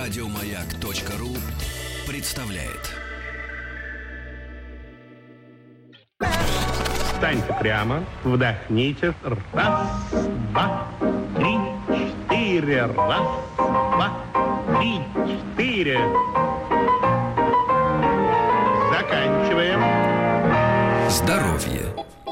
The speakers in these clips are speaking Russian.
Радиомаяк.ру представляет. Встаньте прямо, вдохните. Раз, два, три, четыре. Раз, два, три, четыре. Заканчиваем. Здоровье.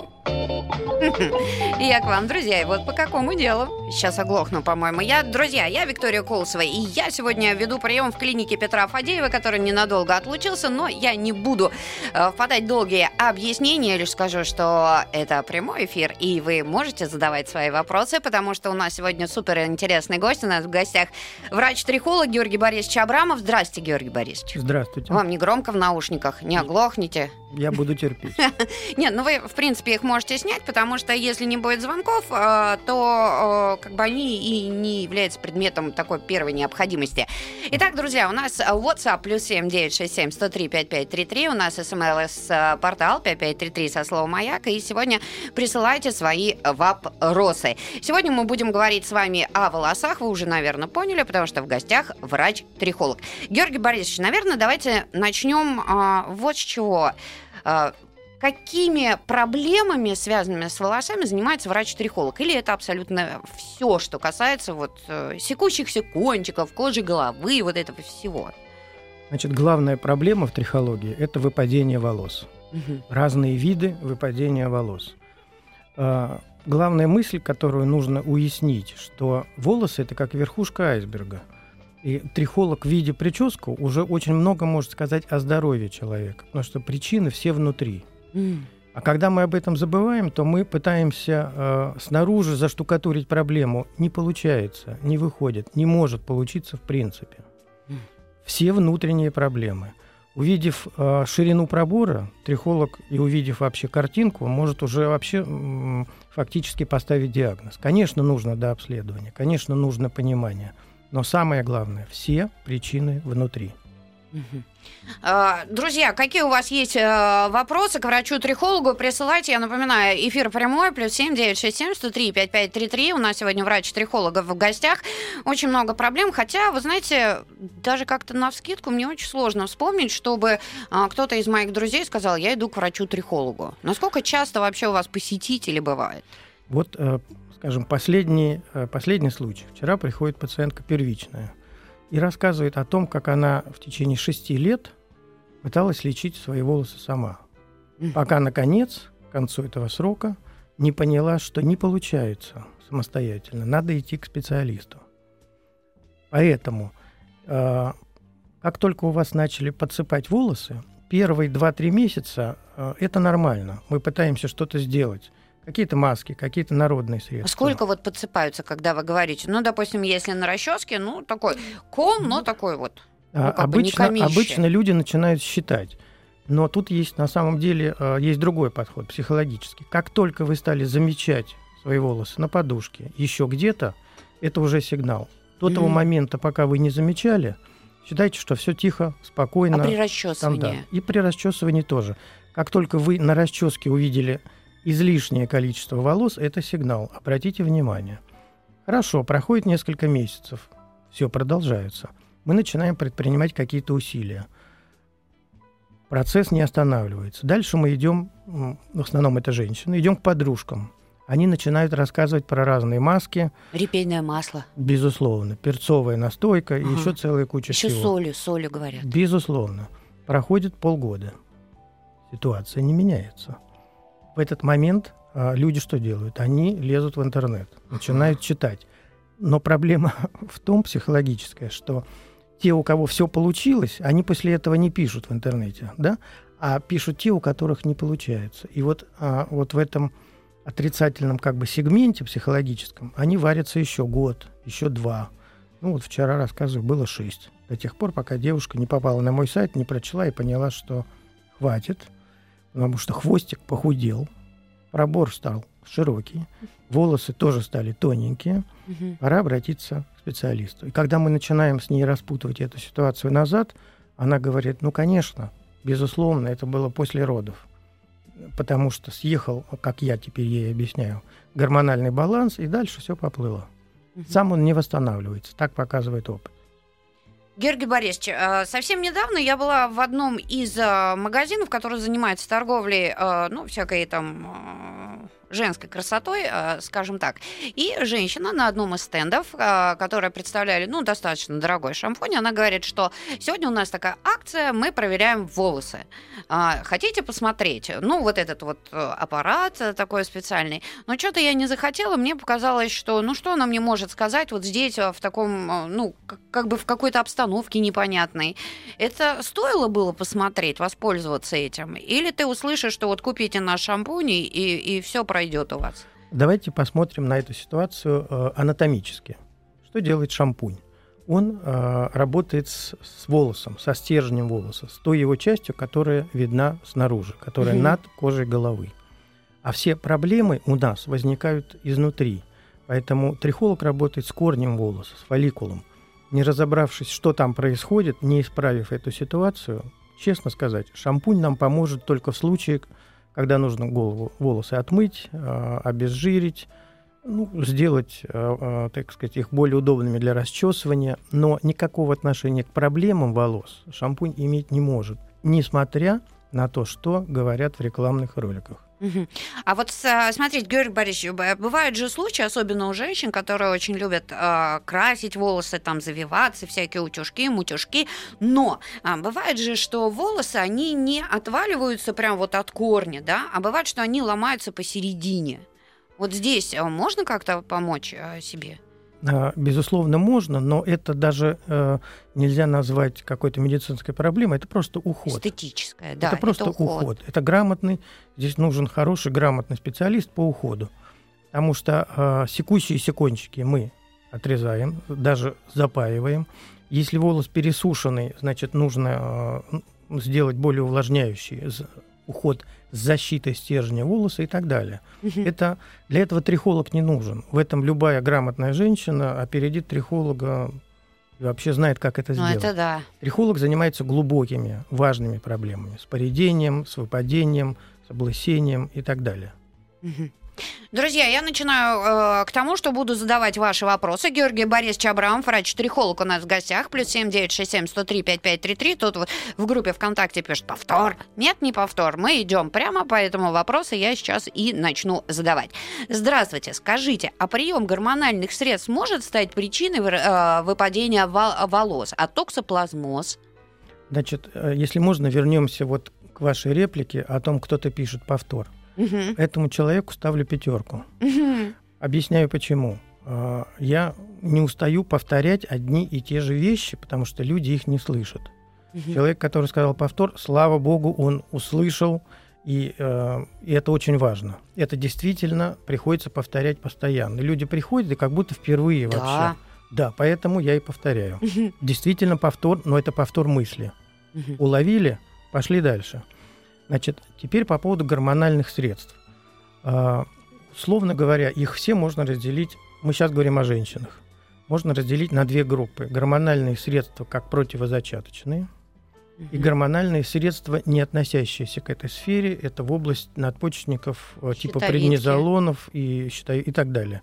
Я к вам, друзья, и вот по какому делу. Сейчас оглохну, по-моему. Я Виктория Колосова, и я сегодня веду прием в клинике Петра Фадеева, который ненадолго отлучился, но я не буду впадать в долгие объяснения, лишь скажу, что это прямой эфир, и вы можете задавать свои вопросы, потому что у нас сегодня суперинтересный гость. У нас в гостях врач-трихолог Георгий Борисович Абрамов. Здравствуйте, Георгий Борисович. Здравствуйте. Вам не громко в наушниках, не оглохните? Я буду терпеть. Нет, ну вы, в принципе, их можете снять, потому что если не будет звонков, то как бы они и не являются предметом такой первой необходимости. Итак, друзья, у нас WhatsApp +7 967 103 5533, у нас СМС-портал 5533 со словом «Маяк», и сегодня присылайте свои вопросы. Сегодня мы будем говорить с вами о волосах, вы уже, наверное, поняли, потому что в гостях врач-трихолог. Георгий Борисович, наверное, давайте начнем вот с чего. Какими проблемами, связанными с волосами, занимается врач-трихолог? Или это абсолютно все, что касается секущихся кончиков, кожи головы, вот этого всего? Значит, главная проблема в трихологии – это выпадение волос. Разные виды выпадения волос. Главная мысль, которую нужно уяснить, что волосы – это как верхушка айсберга. И трихолог, видя прическу, уже очень много может сказать о здоровье человека, потому что причины все внутри. А когда мы об этом забываем, то мы пытаемся снаружи заштукатурить проблему. Не получается, не выходит, не может получиться в принципе. Все внутренние проблемы. Увидев ширину пробора, трихолог, и увидев вообще картинку, может уже вообще фактически поставить диагноз. Конечно, нужно дообследование, конечно, нужно понимание. Но самое главное, все причины внутри. Друзья, какие у вас есть вопросы к врачу-трихологу, присылайте. Я напоминаю, эфир прямой, +7 967 103 5533. У нас сегодня врач-трихолог в гостях. Очень много проблем, хотя, вы знаете, даже как-то навскидку мне очень сложно вспомнить, чтобы кто-то из моих друзей сказал, я иду к врачу-трихологу. Насколько часто вообще у вас посетители бывает? Вот, скажем, последний случай. Вчера приходит пациентка первичная и рассказывает о том, как она в течение 6 лет пыталась лечить свои волосы сама. Пока, наконец, к концу этого срока, не поняла, что не получается самостоятельно. Надо идти к специалисту. Поэтому, как только у вас начали подсыпать волосы, первые 2-3 месяца это нормально. Мы пытаемся что-то сделать. Какие-то маски, какие-то народные средства. А сколько вот подсыпаются, когда вы говорите? Ну, допустим, если на расческе, такой ком, но такой вот. Обычно люди начинают считать. Но тут есть, на самом деле, есть другой подход, психологический. Как только вы стали замечать свои волосы на подушке, еще где-то, это уже сигнал. До того момента, пока вы не замечали, считайте, что все тихо, спокойно. А при расчесывании? И при расчесывании тоже. Как только вы на расческе увидели излишнее количество волос – это сигнал. Обратите внимание. Хорошо, проходит несколько месяцев. Все продолжается. Мы начинаем предпринимать какие-то усилия. Процесс не останавливается. Дальше мы идем, в основном это женщины, идем к подружкам. Они начинают рассказывать про разные маски. Репейное масло. Безусловно. Перцовая настойка и еще целая куча еще всего. Солью говорят. Безусловно. Проходит полгода. Ситуация не меняется. В этот момент люди что делают? Они лезут в интернет, начинают читать. Но проблема в том, психологическая, что те, у кого все получилось, они после этого не пишут в интернете, да? А пишут те, у которых не получается. И вот в этом отрицательном сегменте психологическом они варятся еще год, еще 2. Вчера, рассказываю, было 6. До тех пор, пока девушка не попала на мой сайт, не прочла и поняла, что хватит. Потому что хвостик похудел, пробор стал широкий, волосы тоже стали тоненькие. Пора обратиться к специалисту. И когда мы начинаем с ней распутывать эту ситуацию назад, она говорит, конечно, безусловно, это было после родов. Потому что съехал, как я теперь ей объясняю, гормональный баланс, и дальше все поплыло. Сам он не восстанавливается, так показывает опыт. Георгий Борисович, совсем недавно я была в одном из магазинов, который занимается торговлей, всякой там женской красотой, скажем так. И женщина на одном из стендов, которые представляли, достаточно дорогой шампунь, она говорит, что сегодня у нас такая акция, мы проверяем волосы. Хотите посмотреть? Вот этот вот аппарат такой специальный. Но что-то я не захотела, мне показалось, что, что она мне может сказать вот здесь, в таком, как бы в какой-то обстановке непонятной. Это стоило было посмотреть, воспользоваться этим? Или ты услышишь, что вот купите наш шампунь, и все пройдет у вас? Давайте посмотрим на эту ситуацию анатомически. Что делает шампунь? Он работает с волосом, со стержнем волоса, с той его частью, которая видна снаружи, которая над кожей головы. А все проблемы у нас возникают изнутри. Поэтому трихолог работает с корнем волоса, с фолликулом. Не разобравшись, что там происходит, не исправив эту ситуацию, честно сказать, шампунь нам поможет только в случае, когда нужно волосы отмыть, обезжирить, сделать, так сказать, их более удобными для расчесывания, но никакого отношения к проблемам волос шампунь иметь не может, несмотря на то, что говорят в рекламных роликах. А вот смотрите, Георгий Борисович, бывают же случаи, особенно у женщин, которые очень любят красить волосы, там завиваться, всякие утюжки, мутюжки, но бывает же, что волосы, они не отваливаются прям вот от корня, да, а бывает, что они ломаются посередине. Вот здесь можно как-то помочь себе? Безусловно, можно, но это даже нельзя назвать какой-то медицинской проблемой, это просто уход. Эстетическая, да. Это просто уход. Это грамотный, здесь нужен хороший, грамотный специалист по уходу. Потому что секущиеся кончики мы отрезаем, даже запаиваем. Если волос пересушенный, значит, нужно сделать более увлажняющий уход с защитой стержня волоса и так далее. Для этого трихолог не нужен. В этом любая грамотная женщина опередит трихолога и вообще знает, как это сделать. Это да. Трихолог занимается глубокими, важными проблемами. С поредением, с выпадением, с облысением и так далее. Друзья, я начинаю к тому, что буду задавать ваши вопросы. Георгий Борисович Абрамов, врач-трихолог у нас в гостях. +7 967 103 5533. Тут вот в группе ВКонтакте пишет повтор. Нет, не повтор. Мы идем прямо, поэтому вопросы я сейчас и начну задавать. Здравствуйте. Скажите, а прием гормональных средств может стать причиной выпадения волос? А токсоплазмоз? Значит, если можно, вернемся вот к вашей реплике о том, кто-то пишет повтор. Этому человеку ставлю 5. Объясняю, почему. Я не устаю повторять одни и те же вещи, потому что люди их не слышат. Человек, который сказал повтор, слава богу, он услышал, и это очень важно. Это действительно приходится повторять постоянно. Люди приходят и как будто впервые вообще. Да, поэтому я и повторяю. Действительно повтор, но это повтор мысли. Уловили, пошли дальше. Значит, теперь по поводу гормональных средств. Условно говоря, их все можно разделить, мы сейчас говорим о женщинах, можно разделить на 2 группы. Гормональные средства как противозачаточные и гормональные средства, не относящиеся к этой сфере, это в область надпочечников типа преднизолонов и так далее.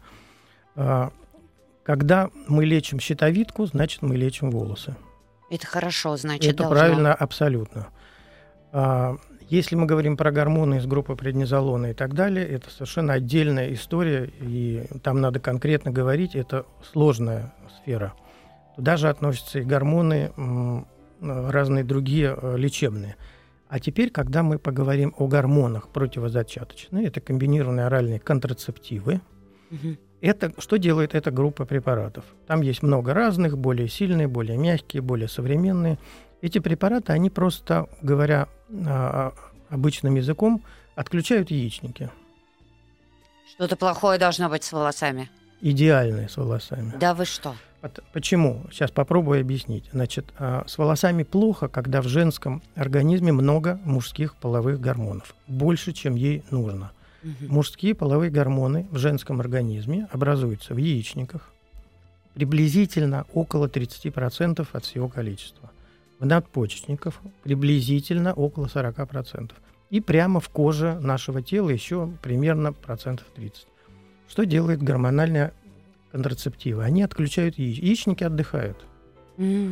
Когда мы лечим щитовидку, значит, мы лечим волосы. Это хорошо, значит, это правильно, абсолютно. Если мы говорим про гормоны из группы преднизолона и так далее, это совершенно отдельная история, и там надо конкретно говорить, это сложная сфера. Туда же относятся и гормоны, разные другие лечебные. А теперь, когда мы поговорим о гормонах противозачаточные, это комбинированные оральные контрацептивы, это, что делает эта группа препаратов? Там есть много разных, более сильные, более мягкие, более современные. Эти препараты, они просто, говоря обычным языком, отключают яичники. Что-то плохое должно быть с волосами. Идеальные с волосами. Да вы что? Почему? Сейчас попробую объяснить. Значит, с волосами плохо, когда в женском организме много мужских половых гормонов. Больше, чем ей нужно. Мужские половые гормоны в женском организме образуются в яичниках приблизительно около 30% от всего количества. В надпочечниках приблизительно около 40%. И прямо в коже нашего тела еще примерно 30%. Что делает гормональные контрацептивы? Они отключают яичники, отдыхают.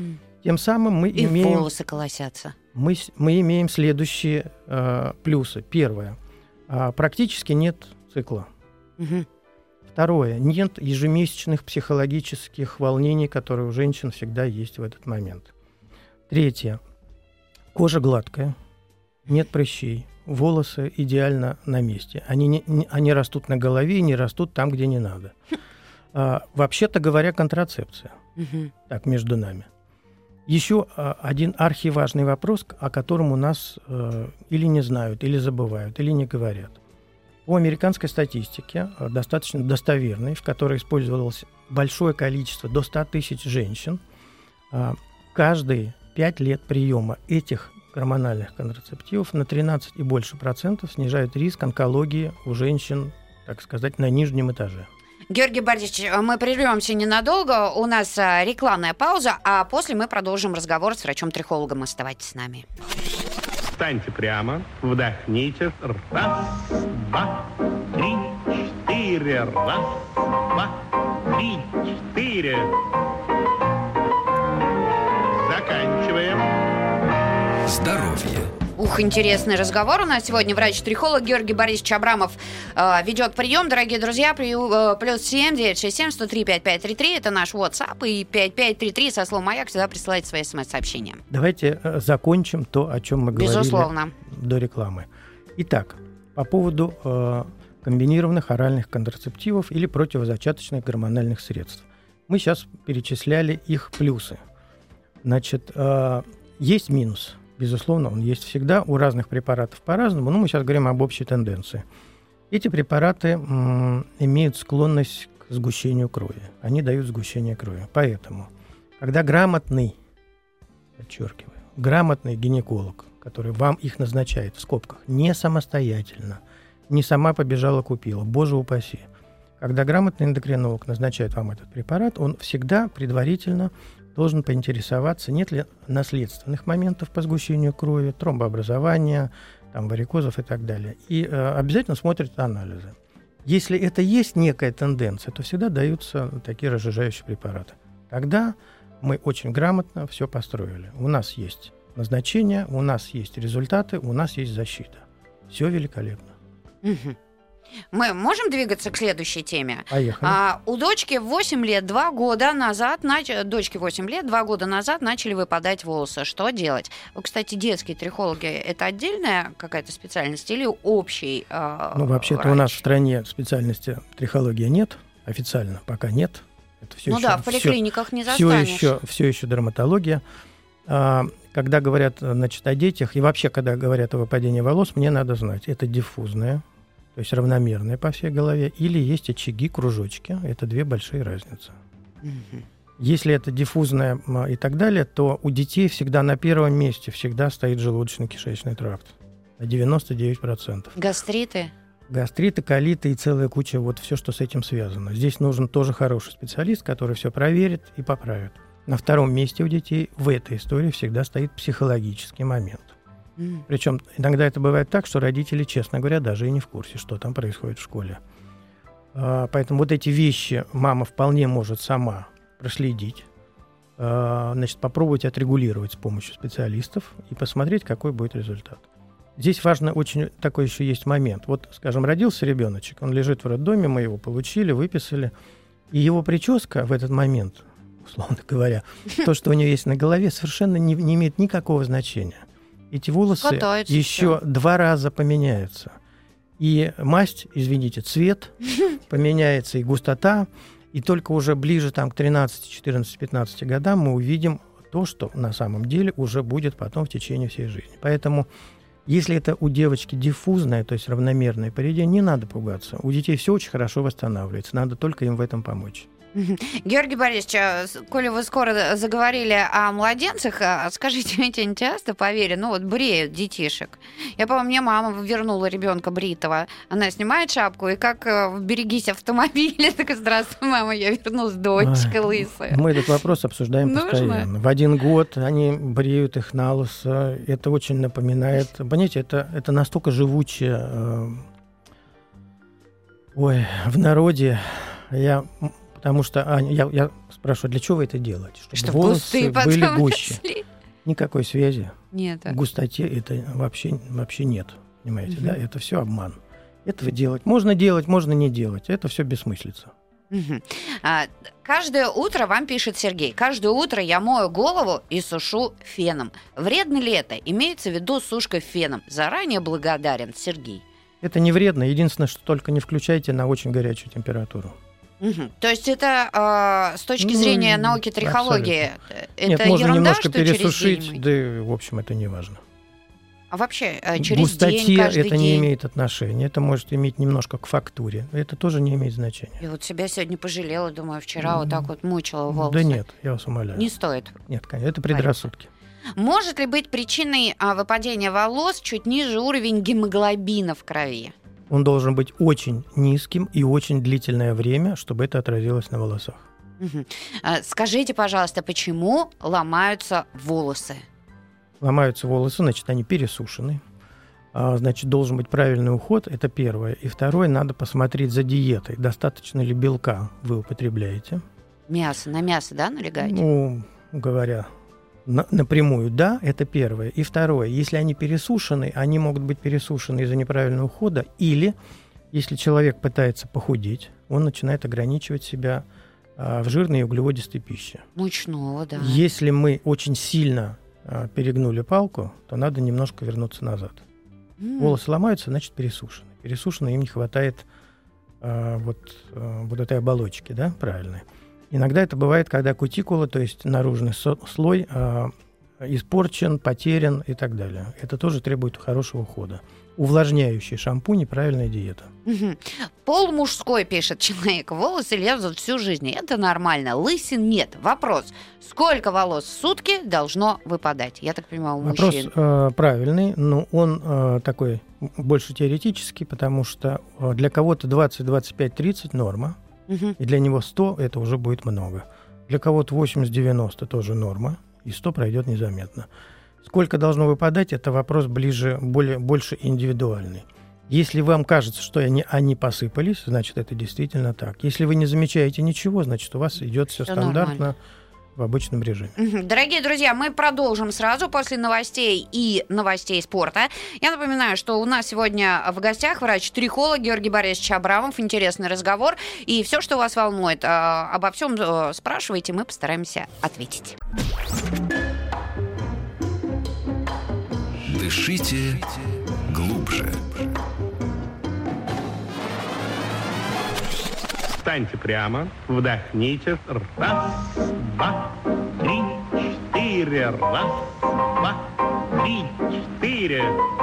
Тем самым мы И имеем... волосы колосятся. Мы имеем следующие плюсы. Первое. Практически нет цикла. Мгм. Второе. Нет ежемесячных психологических волнений, которые у женщин всегда есть в этот момент. Третье. Кожа гладкая, нет прыщей, волосы идеально на месте. Они растут на голове и не растут там, где не надо. Вообще-то говоря, контрацепция. Мгм. Так, между нами. Еще один архиважный вопрос, о котором у нас или не знают, или забывают, или не говорят. По американской статистике, достаточно достоверной, в которой использовалось большое количество, до 100 тысяч женщин, каждые 5 лет приема этих гормональных контрацептивов на 13 и больше процентов снижает риск онкологии у женщин, так сказать, на нижнем этаже. Георгий Борисович, мы прервемся ненадолго. У нас рекламная пауза, а после мы продолжим разговор с врачом-трихологом. Оставайтесь с нами. Встаньте прямо, вдохните. Раз, два, три, четыре. Раз, два, три, четыре. Заканчиваем. Здоровье. Ух, интересный разговор у нас сегодня. Врач-трихолог Георгий Борисович Абрамов ведет прием. Дорогие друзья, плюс 7 967 103 5533. Это наш WhatsApp. И 5533 со словом «Маяк» сюда присылайте свои смс-сообщения. Давайте закончим то, о чем мы говорили Безусловно. до рекламы. Итак, по поводу комбинированных оральных контрацептивов или противозачаточных гормональных средств. Мы сейчас перечисляли их плюсы. Значит, есть минус. Безусловно, он есть всегда. У разных препаратов по-разному, но мы сейчас говорим об общей тенденции. Эти препараты имеют склонность к сгущению крови. Они дают сгущение крови. Поэтому, когда грамотный, подчеркиваю, грамотный гинеколог, который вам их назначает в скобках, не самостоятельно, не сама побежала купила, боже упаси. Когда грамотный эндокринолог назначает вам этот препарат, он всегда предварительно должен поинтересоваться, нет ли наследственных моментов по сгущению крови, тромбообразования, там, варикозов и так далее. И обязательно смотрит анализы. Если это есть некая тенденция, то всегда даются такие разжижающие препараты. Тогда мы очень грамотно все построили. У нас есть назначение, у нас есть результаты, у нас есть защита. Все великолепно. Угу. Мы можем двигаться к следующей теме? Поехали. У дочки 8 лет, 2 года назад, дочке 8 лет, 2 года назад начали выпадать волосы. Что делать? Кстати, детские трихологи – это отдельная какая-то специальность или общий вообще-то врач? у нас в стране специальности трихология нет, официально пока нет. Это все еще, в поликлиниках не застанешь. Все еще дерматология. Когда говорят, значит, о детях, и вообще, когда говорят о выпадении волос, мне надо знать, это диффузное, то есть равномерные по всей голове, или есть очаги, кружочки. Это две большие разницы. Угу. Если это диффузное и так далее, то у детей всегда на первом месте всегда стоит желудочно-кишечный тракт. На 99%. Гастриты? Гастриты, колиты и целая куча, вот все, что с этим связано. Здесь нужен тоже хороший специалист, который все проверит и поправит. На втором месте у детей в этой истории всегда стоит психологический момент. Причем иногда это бывает так, что родители, честно говоря, даже и не в курсе, что там происходит в школе. Поэтому вот эти вещи мама вполне может сама проследить, значит, попробовать отрегулировать с помощью специалистов и посмотреть, какой будет результат. Здесь важно очень такой еще есть момент. Вот, скажем, родился ребеночек, он лежит в роддоме, мы его получили, выписали, и его прическа в этот момент, условно говоря, то, что у него есть на голове, совершенно не имеет никакого значения. Эти волосы Катается еще 2 раза поменяются. И масть, извините, цвет поменяется, и густота. И только уже ближе там, к 13, 14, 15 годам мы увидим то, что на самом деле уже будет потом в течение всей жизни. Поэтому, если это у девочки диффузное, то есть равномерное поведение, не надо пугаться. У детей все очень хорошо восстанавливается. Надо только им в этом помочь. Георгий Борисович, коли вы скоро заговорили о младенцах, скажите, ведь они часто, поверю, бреют детишек. Я помню, мне мама вернула ребенка бритого. Она снимает шапку, и как в «Берегись автомобиля», так и «Здравствуй, мама, я вернулась, дочка лысая». Мы этот вопрос обсуждаем постоянно. В 1 год они бреют их на лысо. Это очень напоминает... Понимаете, это настолько живучее в народе. Я Потому что, Аня, я спрашиваю, для чего вы это делаете? Чтобы волосы густые были потом гуще. росли. Никакой связи. Нет. В густоте это вообще нет. Понимаете, да? Это все обман. Этого делать можно, не делать. Это все бессмыслица. Каждое утро, вам пишет Сергей, каждое утро я мою голову и сушу феном. Вредно ли это? Имеется в виду сушка феном. Заранее благодарен, Сергей. Это не вредно. Единственное, что только не включайте на очень горячую температуру. То есть это с точки зрения науки трихологии, это нет, можно ерунда, немножко что пересушить, через день? да, в общем, это не важно. А вообще К через густоте день, каждый это день? не имеет отношения. Это может иметь немножко к фактуре. Это тоже не имеет значения. Я вот себя сегодня пожалела, думаю, вчера вот так вот мучила волосы. Да нет, я вас умоляю. Не стоит. Нет, конечно, это предрассудки. Может ли быть причиной выпадения волос чуть ниже уровень гемоглобина в крови? Он должен быть очень низким и очень длительное время, чтобы это отразилось на волосах. Скажите, пожалуйста, почему ломаются волосы? Ломаются волосы, значит, они пересушены. Значит, должен быть правильный уход, это первое. И второе, надо посмотреть за диетой, достаточно ли белка вы употребляете. Мясо, на мясо, да, налегаете? Ну, говоря напрямую, да, это первое. И второе, если они пересушены, они могут быть пересушены из-за неправильного ухода, или если человек пытается похудеть, он начинает ограничивать себя в жирной и углеводистой пище. Мучного, да. Если мы очень сильно перегнули палку, то надо немножко вернуться назад. Волосы ломаются, значит, пересушены. Пересушены, им не хватает вот этой оболочки, да, правильной. Иногда это бывает, когда кутикула, то есть наружный слой, испорчен, потерян и так далее. Это тоже требует хорошего ухода. Увлажняющий шампунь и правильная диета. Пол мужской, пишет человек, волосы лезут всю жизнь. Это нормально. Лысин нет. Вопрос, сколько волос в сутки должно выпадать? Я так понимаю, у мужчин. Вопрос правильный, но он такой больше теоретический, потому что для кого-то 20, 25, 30 норма. И для него 100 это уже будет много. Для кого-то 80-90 тоже норма, и 100 пройдет незаметно. Сколько должно выпадать, это вопрос больше индивидуальный. Если вам кажется, что они посыпались, значит, это действительно так. Если вы не замечаете ничего, значит, у вас идет все стандартно. Нормально. В обычном режиме. Дорогие друзья, мы продолжим сразу после новостей и новостей спорта. Я напоминаю, что у нас сегодня в гостях врач-трихолог Георгий Борисович Абрамов. Интересный разговор. И все, что вас волнует, обо всем спрашивайте, мы постараемся ответить. Дышите глубже. Встаньте прямо, вдохните. Раз, два, три, четыре. Раз, два, три, четыре.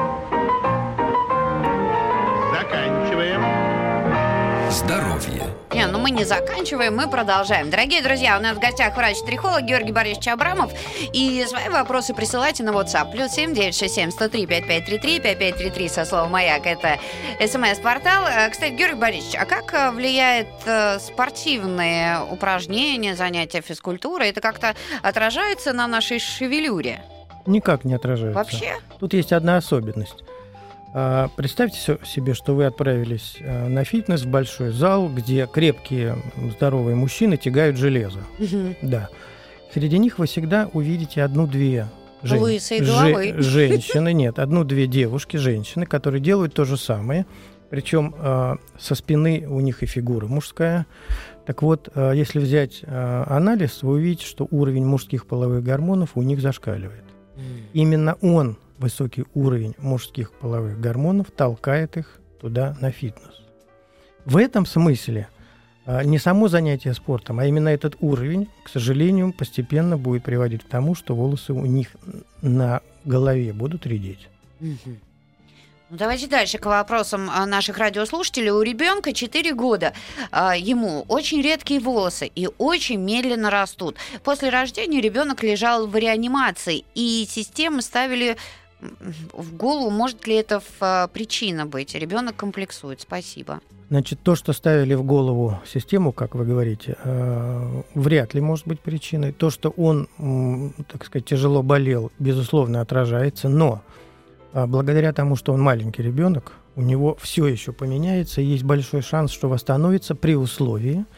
Заканчиваем. Здоровье. Мы не заканчиваем, мы продолжаем. Дорогие друзья, у нас в гостях врач-трихолог Георгий Борисович Абрамов. И свои вопросы присылайте на WhatsApp. +7 967 103 5533 5533 со словом «Маяк». Это СМС-портал. Кстати, Георгий Борисович, а как влияет спортивные упражнения, занятия физкультурой? Это как-то отражается на нашей шевелюре? Никак не отражается. Вообще? Тут есть одна особенность. Представьте себе, что вы отправились на фитнес в большой зал, где крепкие, здоровые мужчины тягают железо. Да. Среди них вы всегда увидите одну-две женщины, нет, одну-две девушки, женщины, которые делают то же самое. Причем со спины у них и фигура мужская. Так вот, если взять анализ, вы увидите, что уровень мужских половых гормонов у них зашкаливает. Именно он, высокий уровень мужских половых гормонов, толкает их туда на фитнес. В этом смысле не само занятие спортом, а именно этот уровень, к сожалению, постепенно будет приводить к тому, что волосы у них на голове будут редеть. Давайте дальше к вопросам наших радиослушателей. У ребенка 4 года. Ему очень редкие волосы и очень медленно растут. После рождения ребенок лежал в реанимации, и системы ставили в голову, может ли это причина быть. Ребенок комплексует. Спасибо. Значит, то, что ставили в голову систему, как вы говорите, вряд ли может быть причиной. То, что он, так сказать, тяжело болел, безусловно, отражается, но благодаря тому, что он маленький ребенок, у него все еще поменяется, и есть большой шанс, что восстановится при условии,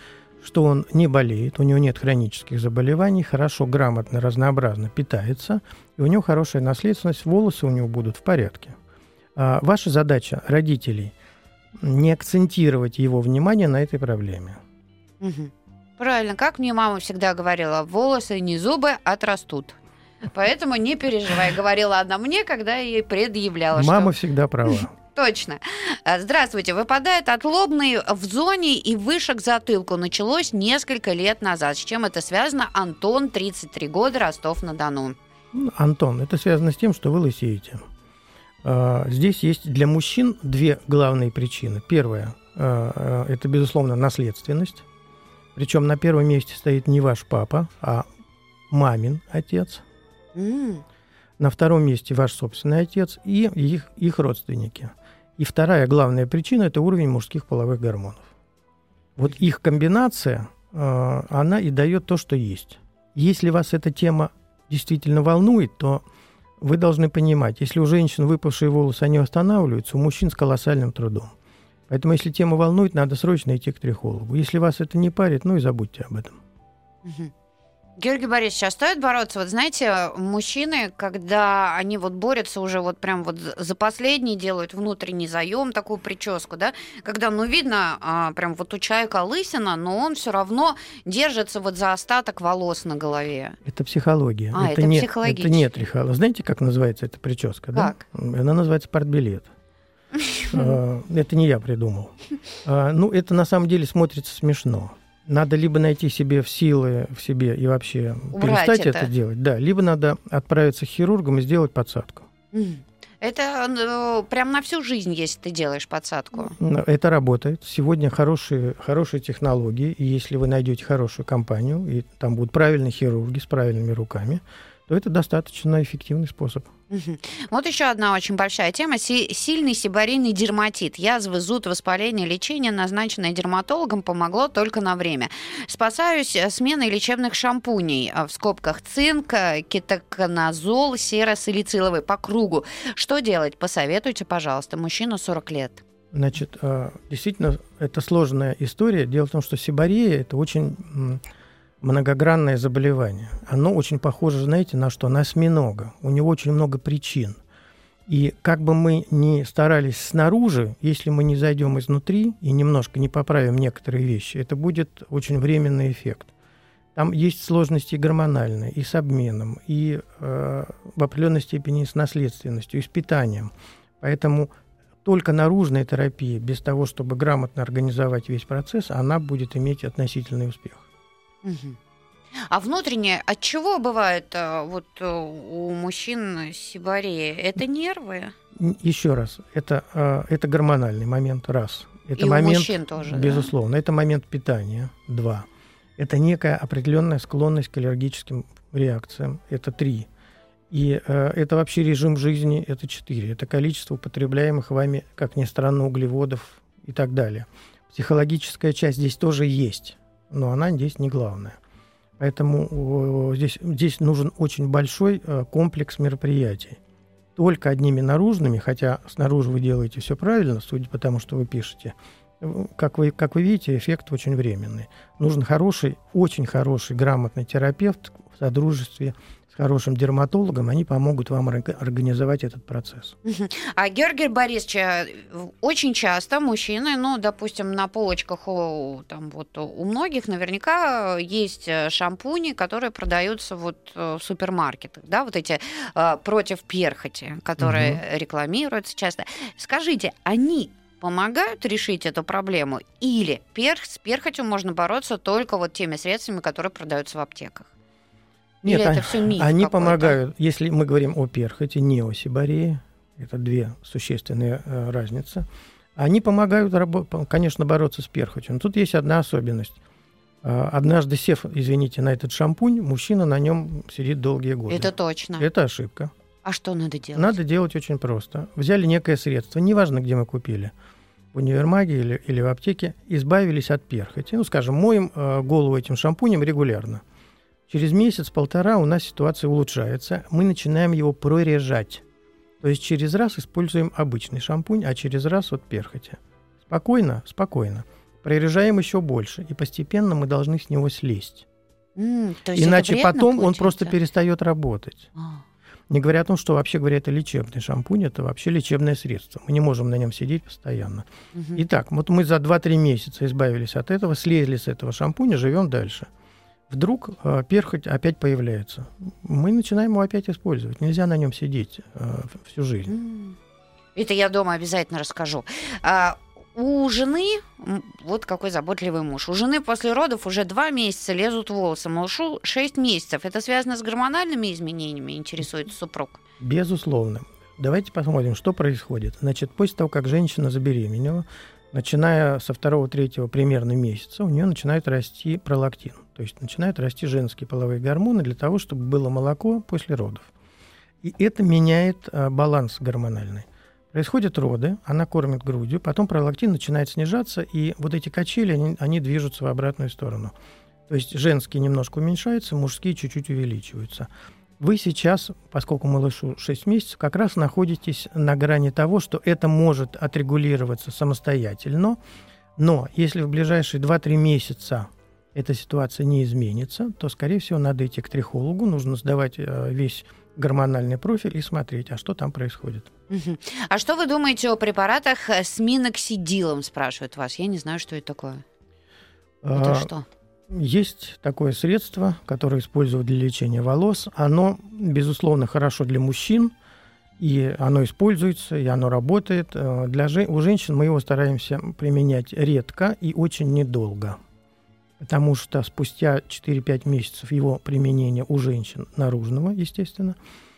что он не болеет, у него нет хронических заболеваний, хорошо, грамотно, разнообразно питается, и у него хорошая наследственность, волосы у него будут в порядке. Ваша задача, родителей, не акцентировать его внимание на этой проблеме. Угу. Правильно, как мне мама всегда говорила, волосы не зубы, отрастут. Поэтому не переживай, говорила она мне, когда я ей предъявляла. Мама всегда права. Точно. Здравствуйте. Выпадает отлобный в зоне и выше к затылку. Началось несколько лет назад. С чем это связано? Антон, 33 года, Ростов-на-Дону. Антон, это связано с тем, что вы лысеете. Здесь есть для мужчин две главные причины. Первая – это, безусловно, наследственность. Причем на первом месте стоит не ваш папа, а мамин отец. На втором месте ваш собственный отец и их родственники. И вторая главная причина – это уровень мужских половых гормонов. Вот их комбинация, она и дает то, что есть. Если вас эта тема действительно волнует, то вы должны понимать, если у женщин выпавшие волосы, они восстанавливаются, у мужчин с колоссальным трудом. Поэтому, если тема волнует, надо срочно идти к трихологу. Если вас это не парит, ну и забудьте об этом. Георгий Борисович, а стоит бороться? Вот знаете, мужчины, когда они вот борются уже вот прям вот за последний, делают внутренний заем, такую прическу, да, когда, ну, видно, прям вот у человека лысина, но он все равно держится вот за остаток волос на голове. Это психология. Это психологически. Это не трихология. Знаете, как называется эта прическа? Как? Да? Она называется партбилет. Это не я придумал. Ну, это на самом деле смотрится смешно. Надо либо найти себе силы в себе и вообще убрать перестать это делать, да, либо надо отправиться к хирургам и сделать подсадку. Это прям на всю жизнь, если ты делаешь подсадку. Это работает. Сегодня хорошие технологии, и если вы найдете хорошую компанию, и там будут правильные хирурги с правильными руками, то это достаточно эффективный способ. Вот еще одна очень большая тема. Сильный сибарейный дерматит. Язвы, зуд, воспаление, лечение, назначенное дерматологом, помогло только на время. Спасаюсь сменой лечебных шампуней. В скобках цинк, кетоконазол, серосалициловый по кругу. Что делать? Посоветуйте, пожалуйста. Мужчина 40 лет. Значит, действительно, это сложная история. Дело в том, что сибарея – это очень многогранное заболевание. Оно очень похоже, знаете, на что? На осьминога. У него очень много причин. И как бы мы ни старались снаружи, если мы не зайдем изнутри и немножко не поправим некоторые вещи, это будет очень временный эффект. Там есть сложности гормональные, и с обменом, и в определенной степени с наследственностью, и с питанием. Поэтому только наружная терапия, без того, чтобы грамотно организовать весь процесс, она будет иметь относительный успех. А внутреннее, от чего бывает вот у мужчин сибарея? Это нервы? Еще раз, это гормональный момент, раз. Это и момент, у мужчин тоже, безусловно, да? Это момент питания, два. Это некая определенная склонность к аллергическим реакциям, это три. И это вообще режим жизни, это четыре. Это количество употребляемых вами, как ни странно, углеводов и так далее. Психологическая часть здесь тоже есть, но она здесь не главная. Поэтому здесь нужен очень большой комплекс мероприятий. Только одними наружными, хотя снаружи вы делаете все правильно, судя по тому, что вы пишете, как вы видите, эффект очень временный. Нужен хороший, очень хороший, грамотный терапевт в содружестве с хорошим дерматологом, они помогут вам организовать этот процесс. А, Георгий Борисович, очень часто мужчины, ну, допустим, на полочках у многих наверняка есть шампуни, которые продаются вот в супермаркетах, да, вот эти против перхоти, которые рекламируются часто. Скажите, они помогают решить эту проблему, или с перхотью можно бороться только вот теми средствами, которые продаются в аптеках? Нет, это все миф они какой-то? помогают. Если мы говорим о перхоти, не о сибарее, это две существенные разницы. Они помогают, конечно, бороться с перхотью. Но тут есть одна особенность. Однажды сев, извините, на этот шампунь, мужчина на нем сидит долгие годы. Это точно. Это ошибка. А что надо делать? Надо делать очень просто. Взяли некое средство, неважно, где мы купили, в универмаге или в аптеке, избавились от перхоти. Ну, скажем, моем голову этим шампунем регулярно. Через месяц-полтора у нас ситуация улучшается, мы начинаем его прорежать. То есть через раз используем обычный шампунь, а через раз от перхоти. Спокойно, спокойно. прорежаем еще больше, и постепенно мы должны с него слезть. То есть Иначе это вредно, потом он получается? просто перестает работать. А. Не говоря о том, что вообще говоря, это лечебный шампунь, это вообще лечебное средство. Мы не можем на нем сидеть постоянно. Итак, вот мы за 2-3 месяца избавились от этого, слезли с этого шампуня, живем дальше. Вдруг перхоть опять появляется. Мы начинаем его опять использовать. Нельзя на нем сидеть всю жизнь. Это я дома обязательно расскажу. У жены, вот какой заботливый муж, у жены после родов уже 2 месяца лезут волосы, малышу 6 месяцев. Это связано с гормональными изменениями, интересуется супруг? Безусловно. Давайте посмотрим, что происходит. Значит, после того, как женщина забеременела, начиная со 2-3 примерно месяца, у нее начинает расти пролактин. То есть начинают расти женские половые гормоны для того, чтобы было молоко после родов. И это меняет баланс гормональный. Происходят роды, она кормит грудью, потом пролактин начинает снижаться, и вот эти качели, они движутся в обратную сторону. То есть женские немножко уменьшаются, мужские чуть-чуть увеличиваются. Вы сейчас, поскольку малышу 6 месяцев, как раз находитесь на грани того, что это может отрегулироваться самостоятельно, но если в ближайшие 2-3 месяца эта ситуация не изменится, то, скорее всего, надо идти к трихологу, нужно сдавать весь гормональный профиль и смотреть, а что там происходит. А что вы думаете о препаратах с миноксидилом, спрашивают вас? Я не знаю, что это такое. Это что? Есть такое средство, которое используют для лечения волос. Оно, безусловно, хорошо для мужчин, и оно используется, и оно работает. У женщин мы его стараемся применять редко и очень недолго, потому что спустя 4-5 месяцев его применения у женщин наружного, естественно,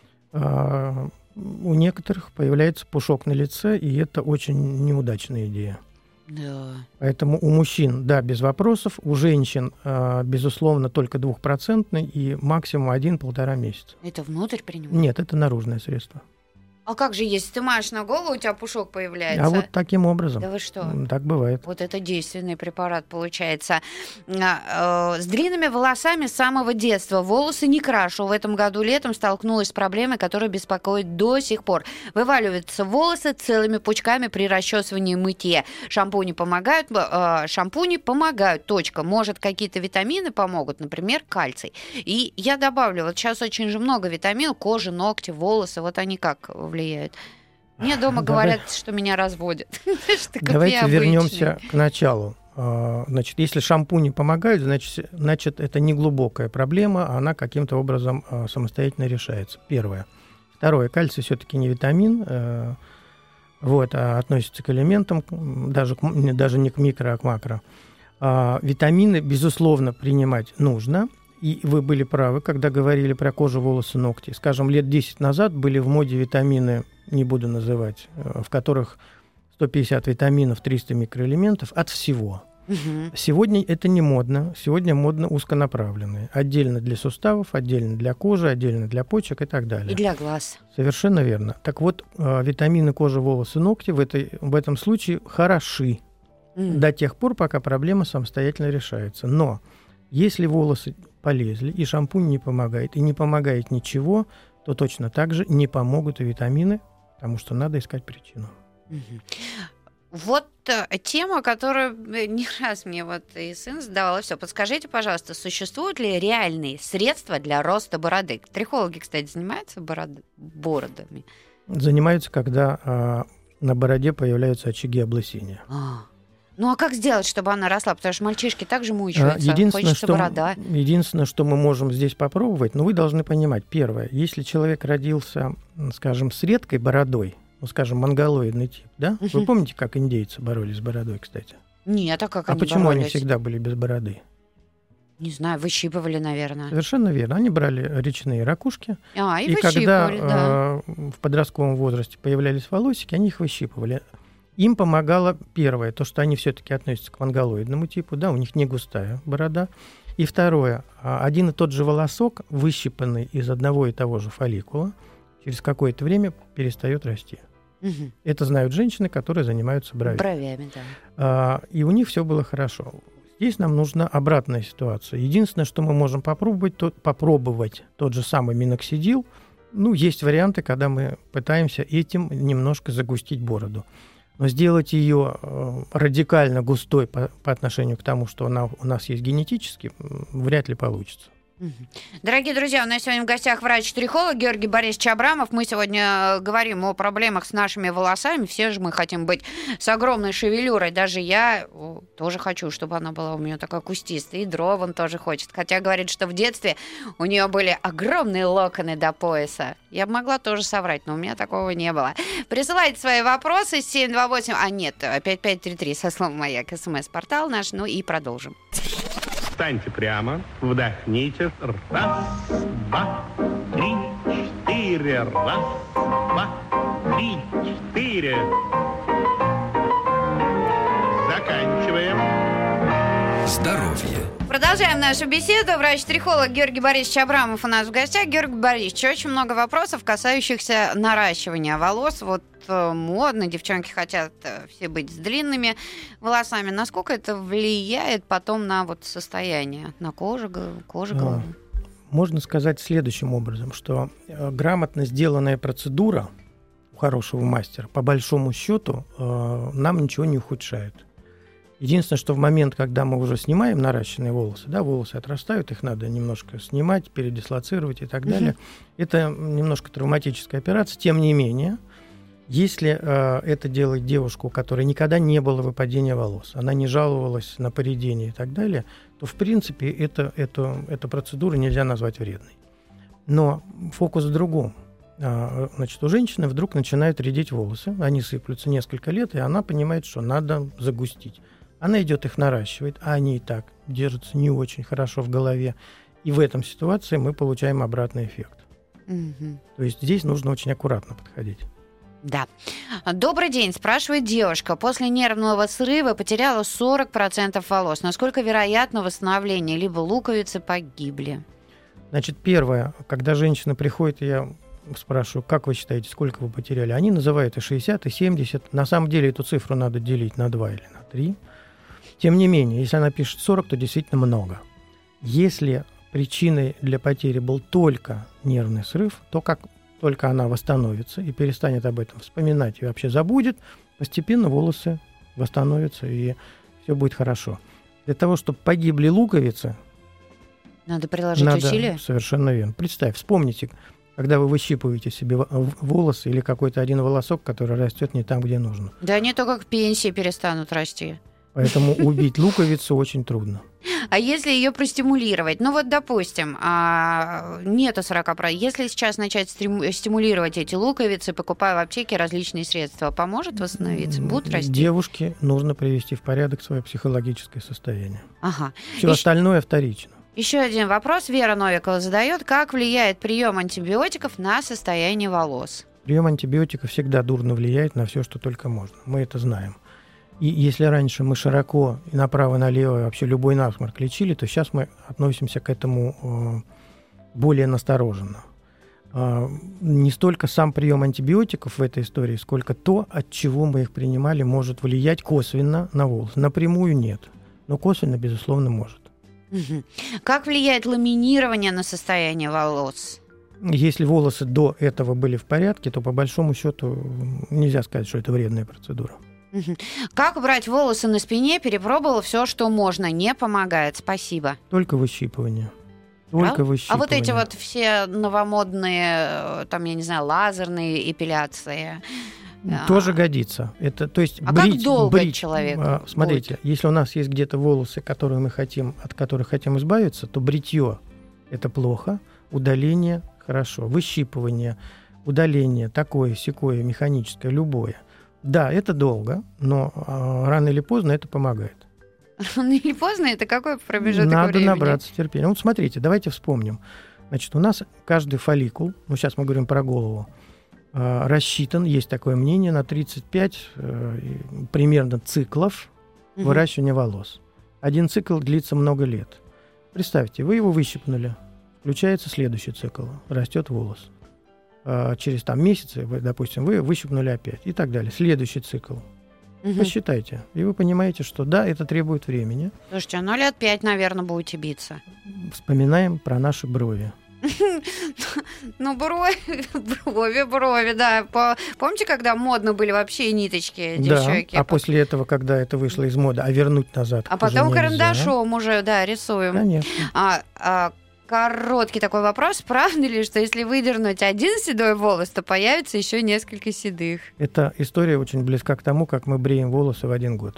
у некоторых появляется пушок на лице, и это очень неудачная идея. Да. Поэтому у мужчин, да, без вопросов, у женщин, безусловно, только 2% и максимум 1-1,5 месяца. Это внутрь принимать? Нет, это наружное средство. А как же, если ты машешь на голову, у тебя пушок появляется? А вот таким образом. Да вы что? Так бывает. Вот это действенный препарат получается. С длинными волосами с самого детства. Волосы не крашу. В этом году летом столкнулась с проблемой, которая беспокоит до сих пор. Вываливаются волосы целыми пучками при расчесывании и мытье. Шампуни помогают. Точка. Может, какие-то витамины помогут, например, кальций. И я добавлю, вот сейчас очень же много витаминов, кожа, ногти, волосы. Вот они как влияют. Мне дома говорят, что меня разводят. Давайте вернемся к началу. Значит, если шампуни помогают, значит, это не глубокая проблема, она каким-то образом самостоятельно решается. Первое. Второе. Кальций все-таки не витамин, а относится к элементам, даже не к микро, а к макро. Витамины, безусловно, принимать нужно. И вы были правы, когда говорили про кожу, волосы, ногти. Скажем, лет 10 назад были в моде витамины, не буду называть, в которых 150 витаминов, 300 микроэлементов от всего. Сегодня это не модно. Сегодня модно узконаправленные. Отдельно для суставов, отдельно для кожи, отдельно для почек и так далее. И для глаз. Совершенно верно. Так вот, витамины кожи, волосы, ногти в этом случае хороши до тех пор, пока проблема самостоятельно решается. Но если волосы полезли, и шампунь не помогает, и не помогает ничего, то точно так же не помогут и витамины, потому что надо искать причину. Вот тема, которую не раз мне вот и сын задавал, все. Подскажите, пожалуйста, существуют ли реальные средства для роста бороды? Трихологи, кстати, занимаются бородами? Занимаются, когда на бороде появляются очаги облысения. Ну а как сделать, чтобы она росла? Потому что мальчишки также мучаются, хочется борода. Единственное, что мы можем здесь попробовать, но вы должны понимать, первое, если человек родился, скажем, с редкой бородой, скажем, монголоидный тип, да? Вы помните, как индейцы боролись с бородой, кстати? Нет, а как они почему боролись? Они всегда были без бороды? Не знаю, выщипывали, наверное. Совершенно верно. Они брали речные ракушки, и когда да. В подростковом возрасте появлялись волосики, они их выщипывали. Им помогало первое, то, что они все-таки относятся к монголоидному типу, да, у них не густая борода. И второе, один и тот же волосок, выщипанный из одного и того же фолликула, через какое-то время перестает расти. Это знают женщины, которые занимаются бровями. Бровями, да. И у них все было хорошо. Здесь нам нужна обратная ситуация. Единственное, что мы можем попробовать тот же самый миноксидил. Есть варианты, когда мы пытаемся этим немножко загустить бороду. Но сделать ее радикально густой по отношению к тому, что она у нас есть генетически, вряд ли получится. Дорогие друзья, у нас сегодня в гостях врач-штрихолог Георгий Борисович Абрамов. Мы сегодня говорим о проблемах с нашими волосами. Все же мы хотим быть с огромной шевелюрой. Даже я тоже хочу, чтобы она была у меня такая кустистая. И Дрован тоже хочет. Хотя говорит, что в детстве у нее были огромные локоны до пояса. Я бы могла тоже соврать, но у меня такого не было. Присылайте свои вопросы 728... А нет, 5533 со словом «Маяк», СМС-портал наш. Ну и продолжим. Встаньте прямо, вдохните. Раз, два, три, четыре. Раз, два, три, четыре. Заканчиваем. Здоровье. Продолжаем нашу беседу. Врач-штрихолог Георгий Борисович Абрамов у нас в гостях. Георгий Борисович, очень много вопросов, касающихся наращивания волос. Вот модно, девчонки хотят все быть с длинными волосами. Насколько это влияет потом на вот состояние, на кожу головы? Можно сказать следующим образом, что грамотно сделанная процедура у хорошего мастера, по большому счету, нам ничего не ухудшает. Единственное, что в момент, когда мы уже снимаем наращенные волосы, да, волосы отрастают, их надо немножко снимать, передислоцировать и так далее. Это немножко травматическая операция. Тем не менее, если это делает девушка, у которой никогда не было выпадения волос, она не жаловалась на поредение и так далее, то, в принципе, эту процедуру нельзя назвать вредной. Но фокус в другом. Значит, у женщины вдруг начинают редеть волосы, они сыплются несколько лет, и она понимает, что надо загустить. Она идет их наращивает, а они и так держатся не очень хорошо в голове. И в этом ситуации мы получаем обратный эффект. То есть здесь нужно очень аккуратно подходить. Да. Добрый день, спрашивает девушка. После нервного срыва потеряла 40% волос. Насколько вероятно восстановление? Либо луковицы погибли? Значит, первое, когда женщина приходит, я спрашиваю, как вы считаете, сколько вы потеряли? Они называют и 60, и 70. На самом деле эту цифру надо делить на 2 или на 3. Тем не менее, если она пишет 40, то действительно много. Если причиной для потери был только нервный срыв, то как только она восстановится и перестанет об этом вспоминать и вообще забудет, постепенно волосы восстановятся и все будет хорошо. Для того, чтобы погибли луковицы, надо приложить усилия? Совершенно верно. Представь, вспомните, когда вы выщипываете себе волосы или какой-то один волосок, который растет не там, где нужно. Да они только к пенсии перестанут расти. Поэтому убить луковицу очень трудно. А если ее простимулировать? Ну вот, допустим, нету 40%. Если сейчас начать стимулировать эти луковицы, покупая в аптеке различные средства, поможет восстановиться? Будут расти? Девушке нужно привести в порядок свое психологическое состояние. Ага. Все остальное вторично. Еще один вопрос Вера Новикова задает. Как влияет прием антибиотиков на состояние волос? Прием антибиотиков всегда дурно влияет на все, что только можно. Мы это знаем. И если раньше мы широко и направо-налево вообще любой насморк лечили, то сейчас мы относимся к этому более настороженно. Не столько сам прием антибиотиков в этой истории, сколько то, от чего мы их принимали, может влиять косвенно на волосы. Напрямую нет, но косвенно, безусловно, может. Как влияет ламинирование на состояние волос? Если волосы до этого были в порядке, то по большому счету нельзя сказать, что это вредная процедура. Как убрать волосы на спине? Перепробовала все, что можно. Не помогает. Спасибо. Только выщипывание. Только выщипывание. А вот эти вот все новомодные, там, я не знаю, лазерные эпиляции... Тоже годится. Это, то есть как долго человек смотрите, будет? Если у нас есть где-то волосы, которые мы хотим, от которых хотим избавиться, то бритье – это плохо, удаление – хорошо, выщипывание, удаление, такое-сякое, механическое, любое. Да, это долго, но рано или поздно это помогает. Рано или поздно? Это какой промежуток времени? Надо набраться терпения. Вот смотрите, давайте вспомним. Значит, у нас каждый фолликул, ну сейчас мы говорим про голову, рассчитан, есть такое мнение, на 35 примерно циклов выращивания волос. Один цикл длится много лет. Представьте, вы его выщипнули, включается следующий цикл, растет волос. Через месяцы, допустим, вы выщипнули опять и так далее. Следующий цикл. Посчитайте. И вы понимаете, что да, это требует времени. Слушайте, 5 лет, наверное, будете биться. Вспоминаем про наши брови. Ну, брови, да. Помните, когда модно были вообще ниточки, девчонки? Да, а после этого, когда это вышло из моды, а вернуть назад а потом карандашом уже, да, рисуем. Конечно. Короткий такой вопрос. Правда ли, что если выдернуть один седой волос, то появится еще несколько седых? Эта история очень близка к тому, как мы бреем волосы в 1 год.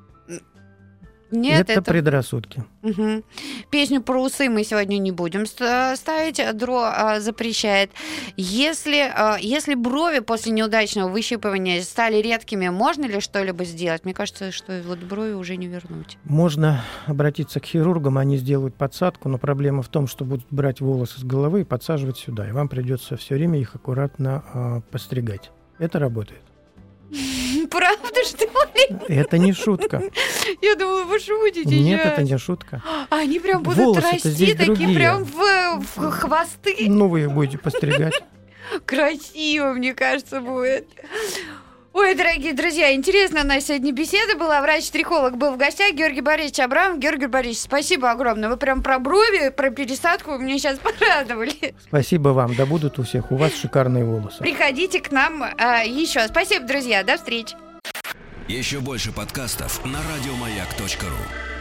Нет, это предрассудки. Угу. Песню про усы мы сегодня не будем ставить. Дро запрещает. Если брови после неудачного выщипывания стали редкими, можно ли что-либо сделать? Мне кажется, что вот брови уже не вернуть. Можно обратиться к хирургам, они сделают подсадку, но проблема в том, что будут брать волосы с головы и подсаживать сюда, и вам придется все время их аккуратно постригать. Это работает. Правда, что ли? Это не шутка. Я думала, вы шутите. Нет, это не шутка. Они прям будут волосы-то расти здесь такие другие. прям в хвосты. Ну, вы их будете постригать. Красиво, мне кажется, будет. Ой, дорогие друзья, интересная у нас сегодня беседа была. Врач-трихолог был в гостях, Георгий Борисович Абрамов. Георгий Борисович, спасибо огромное. Вы прям про брови, про пересадку меня сейчас порадовали. Спасибо вам. Да будут у всех у вас шикарные волосы. Приходите к нам еще. Спасибо, друзья. До встречи. Еще больше подкастов на радиомаяк.ру.